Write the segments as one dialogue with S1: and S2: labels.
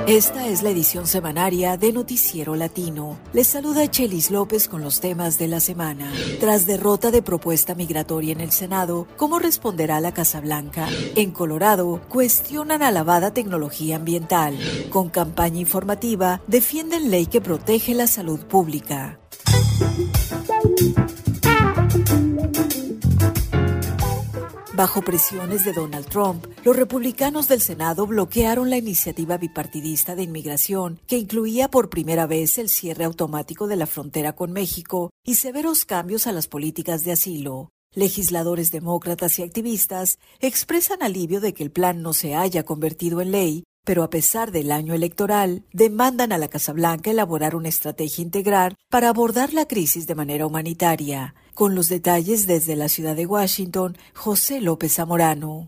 S1: Esta es la edición semanaria de Noticiero Latino. Les saluda Chelis López con los temas de la semana. Tras derrota de propuesta migratoria en el Senado, ¿cómo responderá la Casa Blanca? En Colorado, cuestionan alabada tecnología ambiental. Con campaña informativa, defienden ley que protege la salud pública. Bajo presiones de Donald Trump, los republicanos del Senado bloquearon la iniciativa bipartidista de inmigración que incluía por primera vez el cierre automático de la frontera con México y severos cambios a las políticas de asilo. Legisladores demócratas y activistas expresan alivio de que el plan no se haya convertido en ley, pero a pesar del año electoral, demandan a la Casa Blanca elaborar una estrategia integral para abordar la crisis de manera humanitaria. Con los detalles desde la ciudad de Washington, José López Zamorano.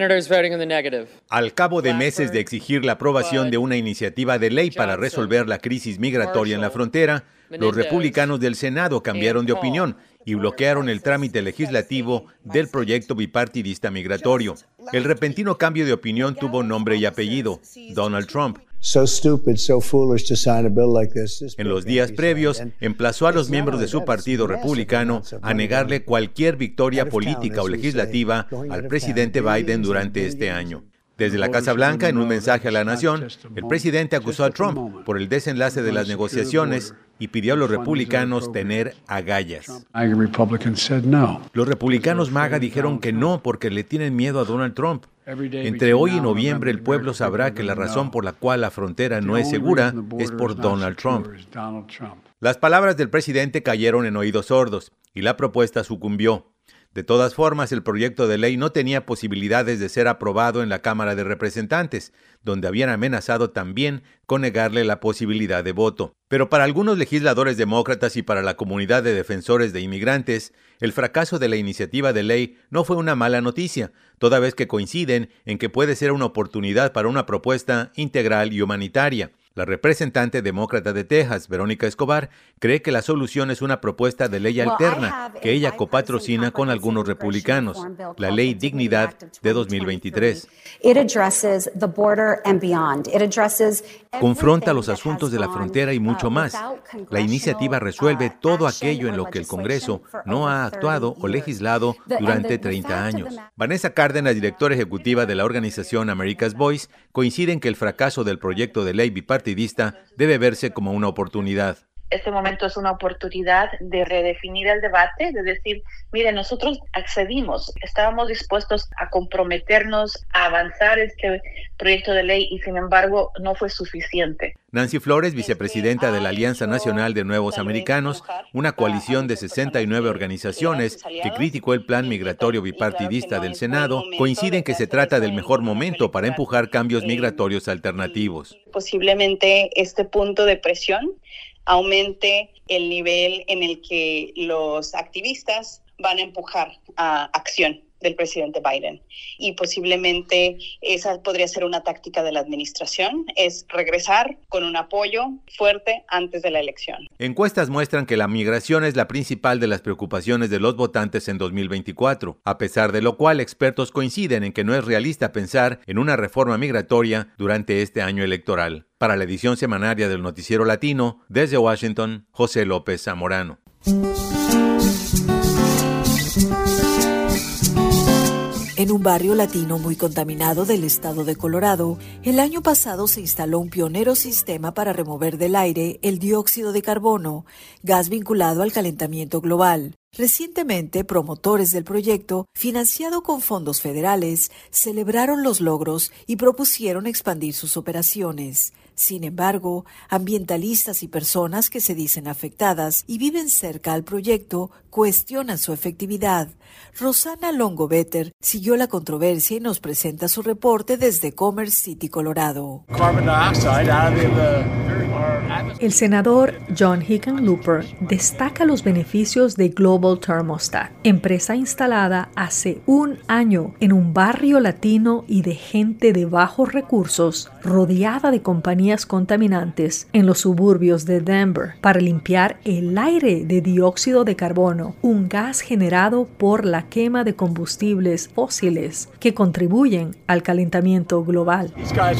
S2: Al cabo de meses de exigir la aprobación de una iniciativa de ley para resolver la crisis migratoria en la frontera, los republicanos del Senado cambiaron de opinión y bloquearon el trámite legislativo del proyecto bipartidista migratorio. El repentino cambio de opinión tuvo nombre y apellido: Donald Trump. En los días previos, emplazó a los miembros de su partido republicano a negarle cualquier victoria política o legislativa al presidente Biden durante este año. Desde la Casa Blanca, en un mensaje a la nación, el presidente acusó a Trump por el desenlace de las negociaciones y pidió a los republicanos tener agallas. Los republicanos MAGA dijeron que no porque le tienen miedo a Donald Trump. Entre hoy y noviembre el pueblo sabrá que la razón por la cual la frontera no es segura es por Donald Trump. Las palabras del presidente cayeron en oídos sordos y la propuesta sucumbió. De todas formas, el proyecto de ley no tenía posibilidades de ser aprobado en la Cámara de Representantes, donde habían amenazado también con negarle la posibilidad de voto. Pero para algunos legisladores demócratas y para la comunidad de defensores de inmigrantes, el fracaso de la iniciativa de ley no fue una mala noticia, toda vez que coinciden en que puede ser una oportunidad para una propuesta integral y humanitaria. La representante demócrata de Texas, Verónica Escobar, cree que la solución es una propuesta de ley alterna que ella copatrocina con algunos republicanos, la Ley Dignidad de 2023. Confronta los asuntos de la frontera y mucho más. La iniciativa resuelve todo aquello en lo que el Congreso no ha actuado o legislado durante 30 años. Vanessa Cárdenas, directora ejecutiva de la organización America's Voice, coincide en que el fracaso del proyecto de ley bipartidista debe verse como una oportunidad.
S3: Este momento es una oportunidad de redefinir el debate, de decir, mire, nosotros accedimos, estábamos dispuestos a comprometernos, a avanzar este proyecto de ley y sin embargo no fue suficiente.
S2: Nancy Flores, vicepresidenta de la Alianza Nacional de Nuevos Americanos, una coalición de 69 organizaciones que criticó el plan migratorio bipartidista del Senado, coincide en que se trata del mejor momento para empujar cambios migratorios alternativos.
S4: Posiblemente este punto de presión aumente el nivel en el que los activistas van a empujar a acción del presidente Biden. Y posiblemente esa podría ser una táctica de la administración, es regresar con un apoyo fuerte antes de la elección.
S2: Encuestas muestran que la migración es la principal de las preocupaciones de los votantes en 2024, a pesar de lo cual expertos coinciden en que no es realista pensar en una reforma migratoria durante este año electoral. Para la edición semanaria del Noticiero Latino, desde Washington, José López Zamorano.
S1: En un barrio latino muy contaminado del estado de Colorado, el año pasado se instaló un pionero sistema para remover del aire el dióxido de carbono, gas vinculado al calentamiento global. Recientemente, promotores del proyecto, financiado con fondos federales, celebraron los logros y propusieron expandir sus operaciones. Sin embargo, ambientalistas y personas que se dicen afectadas y viven cerca al proyecto cuestionan su efectividad. Rosana Longo-Better siguió la controversia y nos presenta su reporte desde Commerce City, Colorado.
S5: El senador John Hickenlooper destaca los beneficios de Global Thermostat, empresa instalada hace un año en un barrio latino y de gente de bajos recursos, rodeada de compañías contaminantes en los suburbios de Denver, para limpiar el aire de dióxido de carbono, un gas generado por la quema de combustibles fósiles que contribuyen al calentamiento global.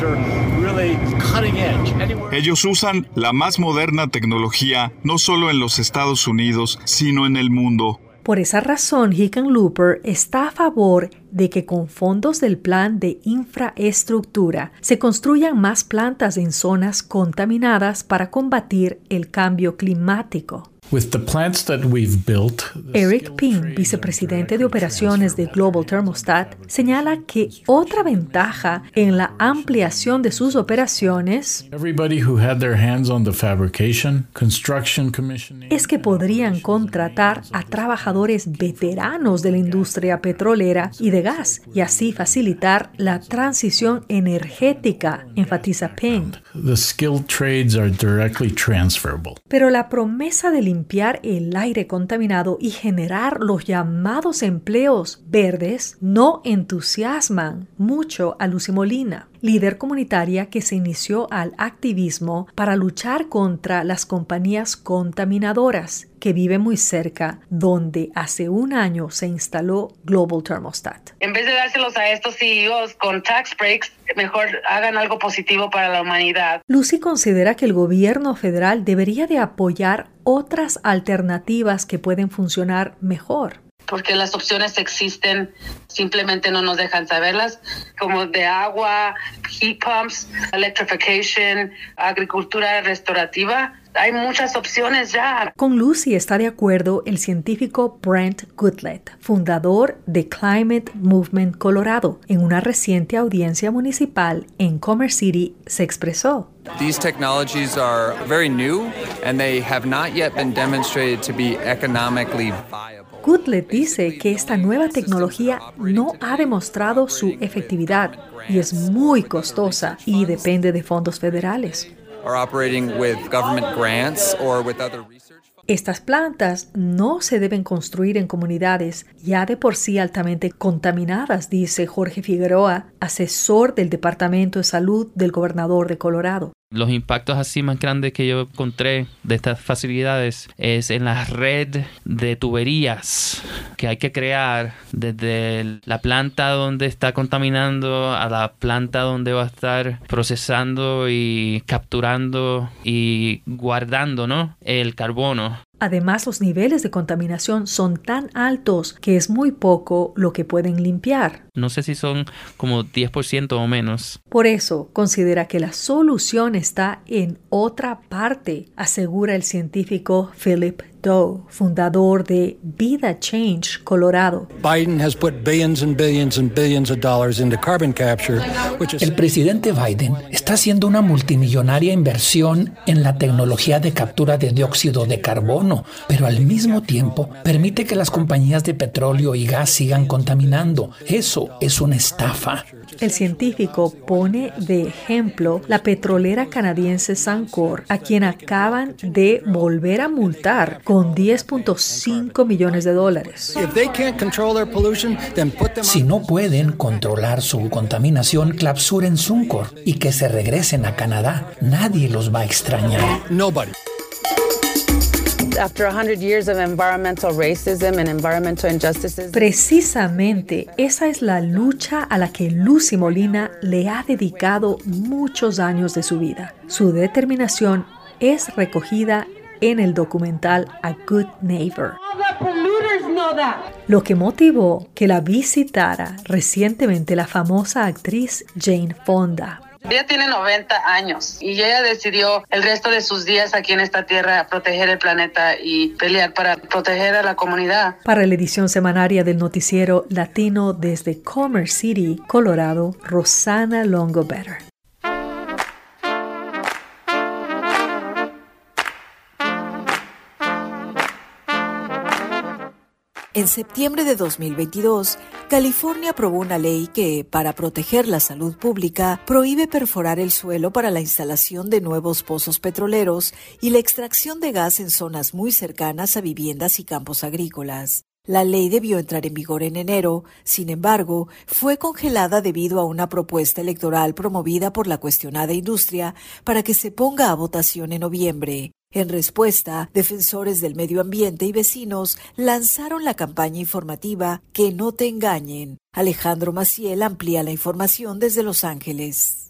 S6: Ellos usan la más moderna tecnología no solo en los Estados Unidos, sino en el mundo.
S5: Por esa razón, Hickenlooper está a favor de que con fondos del plan de infraestructura se construyan más plantas en zonas contaminadas para combatir el cambio climático. Eric Ping, vicepresidente de operaciones de Global Thermostat, señala que otra ventaja en la ampliación de sus operaciones es que podrían contratar a trabajadores veteranos de la industria petrolera y de gas y así facilitar la transición energética, enfatiza Ping. Pero la promesa de limpiar el aire contaminado y generar los llamados empleos verdes no entusiasman mucho a Lucy Molina, líder comunitaria que se inició al activismo para luchar contra las compañías contaminadoras, que vive muy cerca donde hace un año se instaló Global Thermostat.
S7: En vez de dárselos a estos CEOs con tax breaks, mejor hagan algo positivo para la humanidad.
S5: Lucy considera que el gobierno federal debería de apoyar otras alternativas que pueden funcionar mejor.
S7: Porque las opciones existen, simplemente no nos dejan saberlas, como de agua, heat pumps, electrification, agricultura restaurativa. Hay muchas opciones ya.
S5: Con Lucy está de acuerdo el científico Brent Goodlett, fundador de Climate Movement Colorado. En una reciente audiencia municipal en Commerce City se expresó:
S8: These technologies are very new and they have not yet been demonstrated to be economically viable.
S5: Goodlett dice que esta nueva tecnología no ha demostrado su efectividad y es muy costosa y depende de fondos federales. Estas plantas no se deben construir en comunidades ya de por sí altamente contaminadas, dice Jorge Figueroa, asesor del Departamento de Salud del gobernador de Colorado.
S9: Los impactos así más grandes que yo encontré de estas facilidades es en la red de tuberías que hay que crear desde la planta donde está contaminando a la planta donde va a estar procesando y capturando y guardando, ¿no?, el carbono.
S5: Además, los niveles de contaminación son tan altos que es muy poco lo que pueden limpiar.
S9: No sé si son como 10% o menos.
S5: Por eso, considera que la solución está en otra parte, asegura el científico Philip Doe, fundador de Vida Change Colorado.
S10: El presidente Biden está haciendo una multimillonaria inversión en la tecnología de captura de dióxido de carbono, pero al mismo tiempo permite que las compañías de petróleo y gas sigan contaminando. Eso es una estafa.
S5: El científico pone de ejemplo la petrolera canadiense Suncor, a quien acaban de volver a multar con $10.5 millones.
S10: Si no pueden controlar su contaminación, clausuren Suncor y que se regresen a Canadá. Nadie los va a extrañar.
S11: Nobody. After 100 years of environmental racism and environmental injustices.
S5: Precisamente esa es la lucha a la que Lucy Molina le ha dedicado muchos años de su vida. Su determinación es recogida en el documental A Good Neighbor. Lo que motivó que la visitara recientemente la famosa actriz Jane Fonda.
S7: Ella tiene 90 años y ella decidió el resto de sus días aquí en esta tierra proteger el planeta y pelear para proteger a la comunidad.
S5: Para la edición semanaria del noticiero latino desde Commerce City, Colorado, Rosana Longo-Better.
S1: En septiembre de 2022, California aprobó una ley que, para proteger la salud pública, prohíbe perforar el suelo para la instalación de nuevos pozos petroleros y la extracción de gas en zonas muy cercanas a viviendas y campos agrícolas. La ley debió entrar en vigor en enero, sin embargo, fue congelada debido a una propuesta electoral promovida por la cuestionada industria para que se ponga a votación en noviembre. En respuesta, defensores del medio ambiente y vecinos lanzaron la campaña informativa Que no te engañen. Alejandro Maciel amplía la información desde Los Ángeles.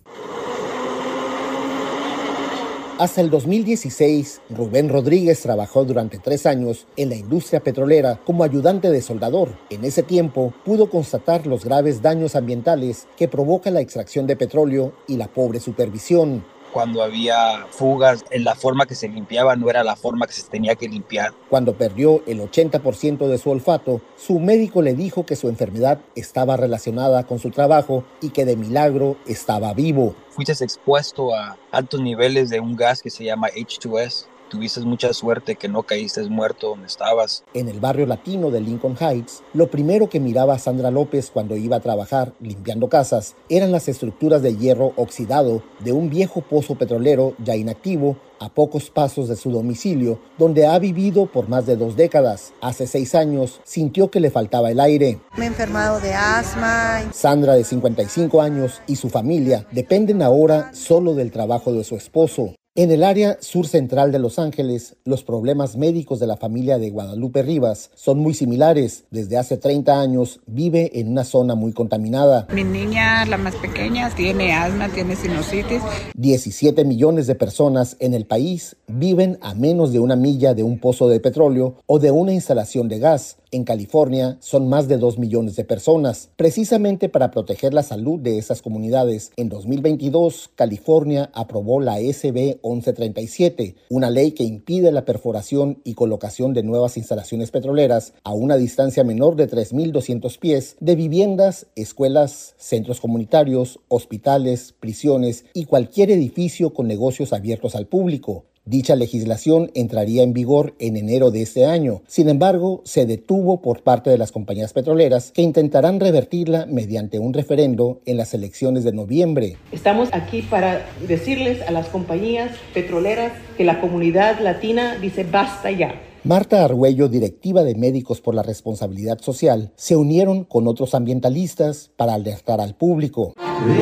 S12: Hasta el 2016, Rubén Rodríguez trabajó durante 3 años en la industria petrolera como ayudante de soldador. En ese tiempo, pudo constatar los graves daños ambientales que provoca la extracción de petróleo y la pobre supervisión.
S13: Cuando había fugas, la forma que se limpiaba no era la forma que se tenía que limpiar.
S12: Cuando perdió el 80% de su olfato, su médico le dijo que su enfermedad estaba relacionada con su trabajo y que de milagro estaba vivo.
S13: Fuiste expuesto a altos niveles de un gas que se llama H2S. Tuviste mucha suerte que no caíste muerto donde estabas.
S12: En el barrio latino de Lincoln Heights, lo primero que miraba Sandra López cuando iba a trabajar limpiando casas eran las estructuras de hierro oxidado de un viejo pozo petrolero ya inactivo a pocos pasos de su domicilio, donde ha vivido por más de 2 décadas. Hace 6 años sintió que le faltaba el aire.
S14: Me he enfermado de asma.
S12: Sandra, de 55 años, y su familia dependen ahora solo del trabajo de su esposo. En el área sur central de Los Ángeles, los problemas médicos de la familia de Guadalupe Rivas son muy similares. Desde hace 30 años vive en una zona muy contaminada.
S15: Mi niña, la más pequeña, tiene asma, tiene sinusitis.
S12: 17 millones de personas en el país viven a menos de 1 milla de un pozo de petróleo o de una instalación de gas. En California son más de 2 millones de personas. Precisamente para proteger la salud de esas comunidades, en 2022, California aprobó la SB 1137, una ley que impide la perforación y colocación de nuevas instalaciones petroleras a una distancia menor de 3.200 pies de viviendas, escuelas, centros comunitarios, hospitales, prisiones y cualquier edificio con negocios abiertos al público. Dicha legislación entraría en vigor en enero de este año. Sin embargo, se detuvo por parte de las compañías petroleras que intentarán revertirla mediante un referendo en las elecciones de noviembre.
S16: Estamos aquí para decirles a las compañías petroleras que la comunidad latina dice basta ya.
S12: Marta Argüello, directiva de Médicos por la Responsabilidad Social, se unieron con otros ambientalistas para alertar al público.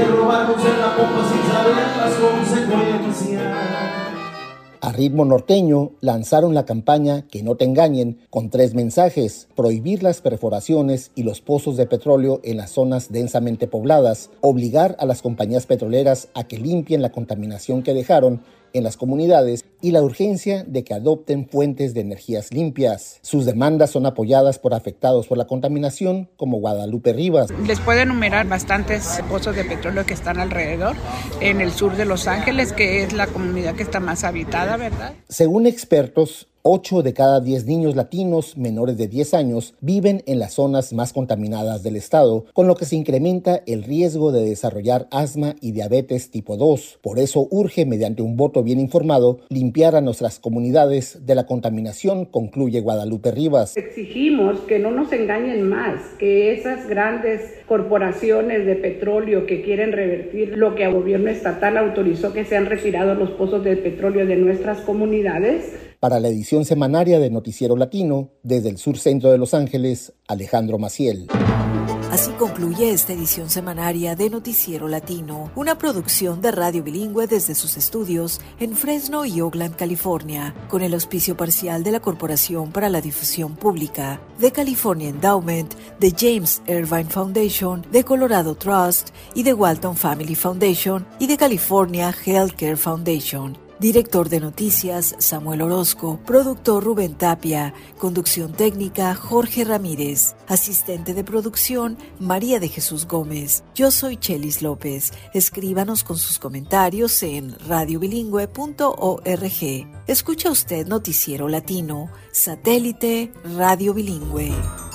S12: A ritmo norteño, lanzaron la campaña Que no te engañen con 3 mensajes: prohibir las perforaciones y los pozos de petróleo en las zonas densamente pobladas, obligar a las compañías petroleras a que limpien la contaminación que dejaron en las comunidades y la urgencia de que adopten fuentes de energías limpias. Sus demandas son apoyadas por afectados por la contaminación como Guadalupe Rivas.
S15: Les puedo enumerar bastantes pozos de petróleo que están alrededor en el sur de Los Ángeles, que es la comunidad que está más habitada, ¿verdad?
S12: Según expertos, 8 de cada 10 niños latinos menores de 10 años viven en las zonas más contaminadas del estado, con lo que se incrementa el riesgo de desarrollar asma y diabetes tipo 2. Por eso urge, mediante un voto bien informado, limpiar a nuestras comunidades de la contaminación, concluye Guadalupe Rivas.
S16: Exigimos que no nos engañen más, que esas grandes corporaciones de petróleo que quieren revertir lo que el gobierno estatal autorizó, que sean retirados los pozos de petróleo de nuestras comunidades.
S12: Para la edición semanaria de Noticiero Latino, desde el sur centro de Los Ángeles, Alejandro Maciel.
S1: Así concluye esta edición semanaria de Noticiero Latino, una producción de Radio Bilingüe desde sus estudios en Fresno y Oakland, California, con el auspicio parcial de la Corporación para la Difusión Pública, de California Endowment, de James Irvine Foundation, de Colorado Trust y de Walton Family Foundation y de California Healthcare Foundation. Director de Noticias, Samuel Orozco. Productor, Rubén Tapia. Conducción técnica, Jorge Ramírez. Asistente de producción, María de Jesús Gómez. Yo soy Chelis López. Escríbanos con sus comentarios en radiobilingüe.org. Escucha usted Noticiero Latino, satélite Radio Bilingüe.